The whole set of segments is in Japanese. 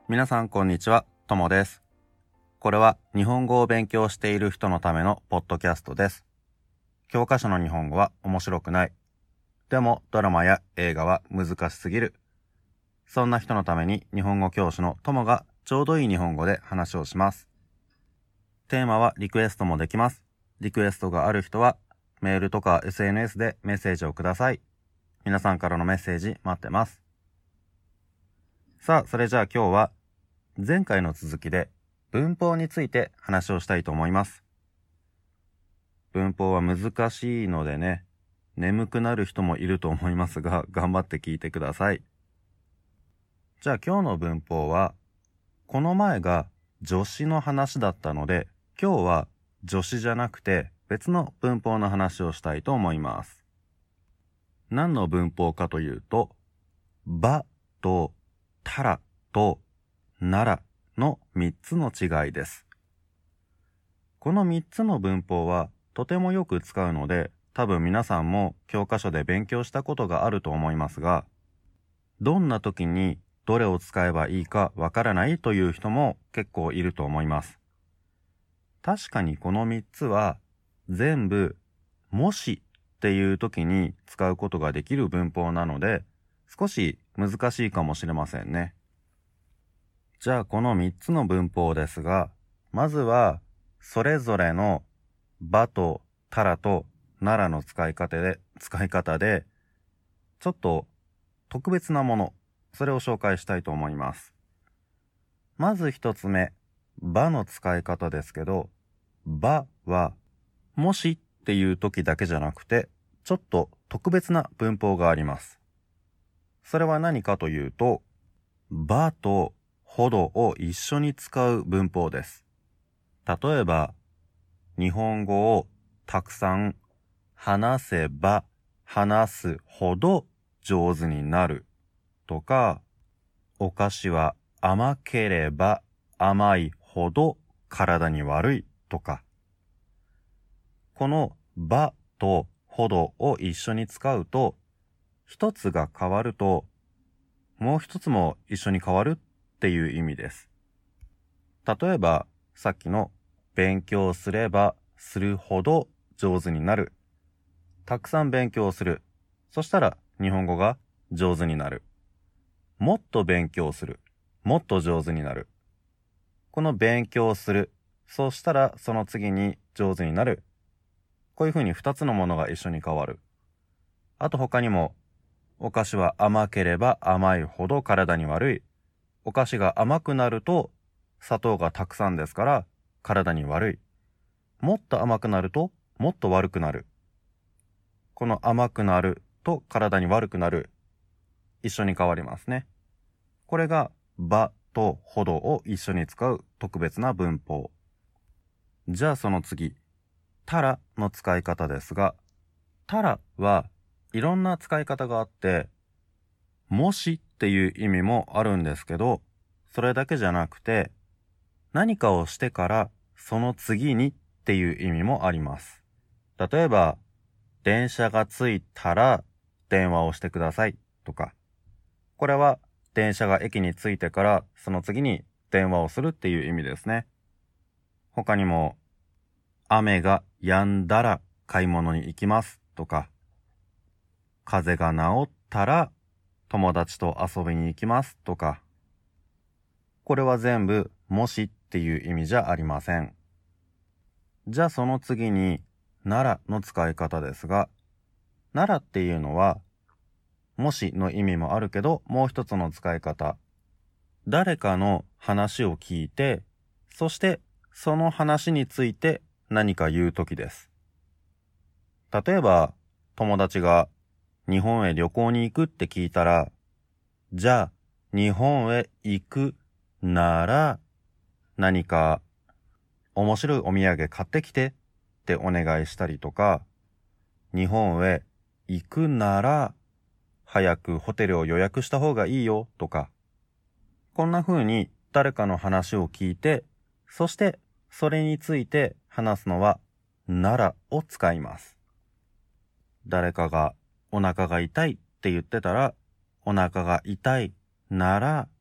皆さんこんにちは、ともです。これは日本語を勉強している人のためのポッドキャストです。教科書の日本語は面白くない。でもドラマや映画は難しすぎる。そんな人のために日本語教師のともがちょうどいい日本語で話をします。テーマはリクエストもできます。リクエストがある人はメールとか SNS でメッセージをください。皆さんからのメッセージ待ってます。さあ、それじゃあ今日は前回の続きで文法について話をしたいと思います。文法は難しいのでね、眠くなる人もいると思いますが、頑張って聞いてください。じゃあ今日の文法は、この前が助詞の話だったので、今日は助詞じゃなくて別の文法の話をしたいと思います。何の文法かというと、ばとたらとならの3つの違いです。この3つの文法はとてもよく使うので、多分皆さんも教科書で勉強したことがあると思いますが、どんな時にどれを使えばいいかわからないという人も結構いると思います。確かにこの3つは全部もしっていう時に使うことができる文法なので、少し難しいかもしれませんね。じゃあこの3つの文法ですが、まずはそれぞれのばとたらとならの使い方でちょっと特別なもの、それを紹介したいと思います。まず一つ目、ばの使い方ですけど、ばはもしっていう時だけじゃなくて、ちょっと特別な文法があります。それは何かというと、ばとほどを一緒に使う文法です。例えば、日本語をたくさん話せば話すほど上手になるとか、お菓子は甘ければ甘いほど体に悪いとか、このばとほどを一緒に使うと、一つが変わると、もう一つも一緒に変わるっていう意味です。例えば、さっきの勉強すればするほど上手になる。たくさん勉強する。そしたら日本語が上手になる。もっと勉強する。もっと上手になる。この勉強する。そうしたらその次に上手になる。こういうふうに2つのものが一緒に変わる。あと他にも、お菓子は甘ければ甘いほど体に悪い。お菓子が甘くなると砂糖がたくさんですから体に悪い。もっと甘くなるともっと悪くなる。この甘くなると体に悪くなる。一緒に変わりますね。これがばとほどを一緒に使う特別な文法。じゃあその次、たらの使い方ですが、たらはいろんな使い方があって、もしっていう意味もあるんですけど、それだけじゃなくて、何かをしてからその次にっていう意味もあります。例えば、電車が着いたら電話をしてくださいとか、これは電車が駅に着いてからその次に電話をするっていう意味ですね。他にも、雨が止んだら買い物に行きますとか、風邪が治ったら友達と遊びに行きますとか、これは全部もしっていう意味じゃありません。じゃあその次にならの使い方ですが、ならっていうのはもしの意味もあるけど、もう一つの使い方。誰かの話を聞いて、そしてその話について何か言うときです。例えば、友達が日本へ旅行に行くって聞いたら、じゃあ日本へ行くなら何か面白いお土産買ってきてってお願いしたりとか、日本へ行くなら早くホテルを予約した方がいいよとか、こんな風に誰かの話を聞いて、そしてそれについて話すのはならを使います。誰かがお腹が痛いって言ってたら、お腹が痛いなら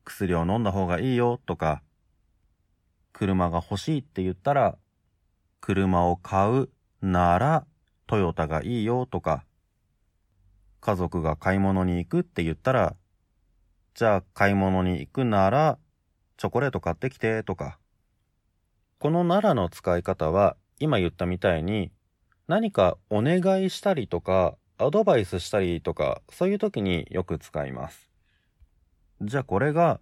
薬を飲んだ方がいいよとか、車が欲しいって言ったら、車を買うならトヨタがいいよとか、家族が買い物に行くって言ったら、じゃあ買い物に行くならチョコレート買ってきてとか。このならの使い方は今言ったみたいに何かお願いしたりとかアドバイスしたりとかそういう時によく使います。じゃあこれが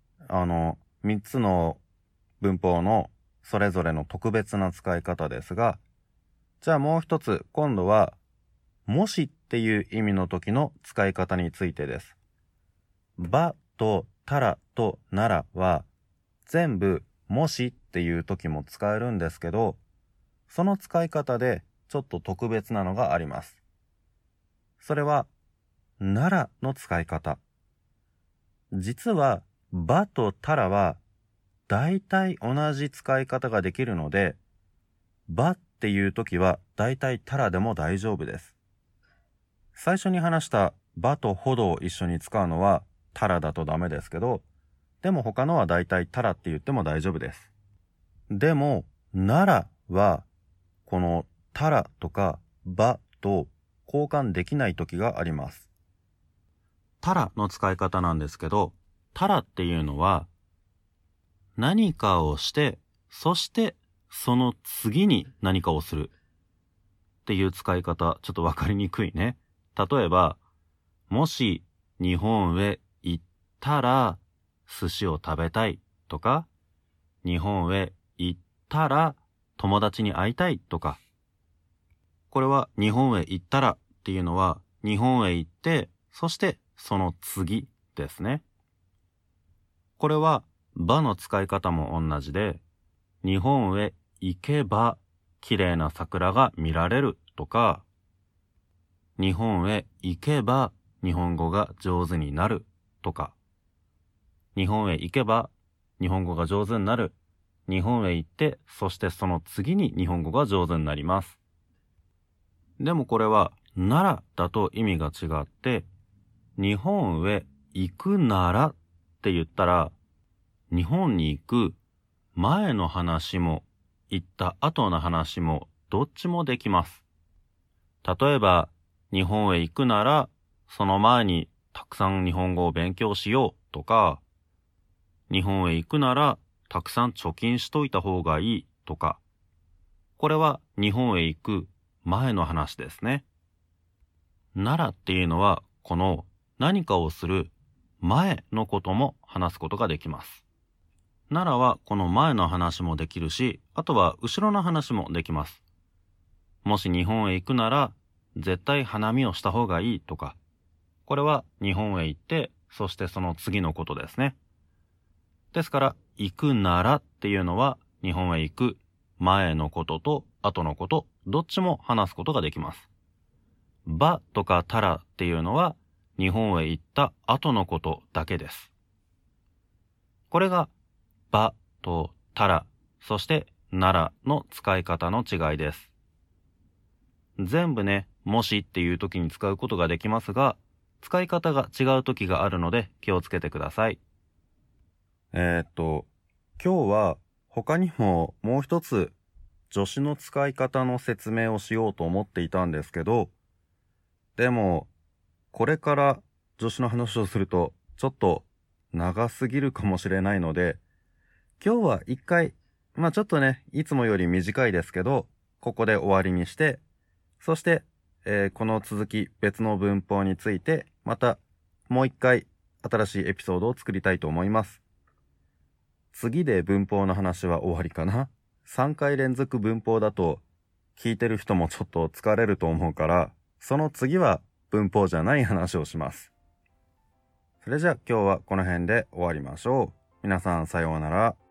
3つの文法のそれぞれの特別な使い方ですが、じゃあもう一つ今度はもしっていう意味の時の使い方についてです。ばとたらとならは全部もしっていう時も使えるんですけど、その使い方でちょっと特別なのがあります。それはならの使い方。実はばとたらはだいたい同じ使い方ができるので、ばっていう時はだいたいたらでも大丈夫です。最初に話したばとほどを一緒に使うのはたらだとダメですけど、でも他のはだいたいたらって言っても大丈夫です。でもならはこのたらとかばと交換できない時があります。たらの使い方なんですけど、たらっていうのは何かをして、そしてその次に何かをするっていう使い方、ちょっとわかりにくいね。例えば、もし日本へ行ったら寿司を食べたいとか、日本へ行ったら友達に会いたいとか、これは日本へ行ったらっていうのは日本へ行って、そしてその次ですね。これはばの使い方も同じで、日本へ行けば綺麗な桜が見られるとか、日本へ行けば日本語が上手になるとか、日本へ行けば日本語が上手になる、日本へ行って、そしてその次に日本語が上手になります。でもこれはならだと意味が違って、日本へ行くならって言ったら、日本に行く前の話も行った後の話もどっちもできます。例えば、日本へ行くなら、その前にたくさん日本語を勉強しようとか、日本へ行くならたくさん貯金しといた方がいいとか、これは日本へ行く前の話ですね。ならっていうのは、この何かをする前のことも話すことができます。ならはこの前の話もできるし、あとは後ろの話もできます。もし日本へ行くなら、絶対花見をした方がいいとか、これは日本へ行って、そしてその次のことですね。ですから、行くならっていうのは、日本へ行く前のことと後のこと、どっちも話すことができます。ばとかたらっていうのは、日本へ行った後のことだけです。これが、ばとたら、そしてならの使い方の違いです。全部ね、もしっていう時に使うことができますが、使い方が違う時があるので気をつけてください。今日は他にももう一つ助詞の使い方の説明をしようと思っていたんですけど、でもこれから助詞の話をするとちょっと長すぎるかもしれないので、今日は一回、ちょっとね、いつもより短いですけど、ここで終わりにして、そして、この続き別の文法についてまたもう一回新しいエピソードを作りたいと思います。次で文法の話は終わりかな。3回連続文法だと聞いてる人もちょっと疲れると思うから、その次は文法じゃない話をします。それじゃあ今日はこの辺で終わりましょう。皆さんさようなら。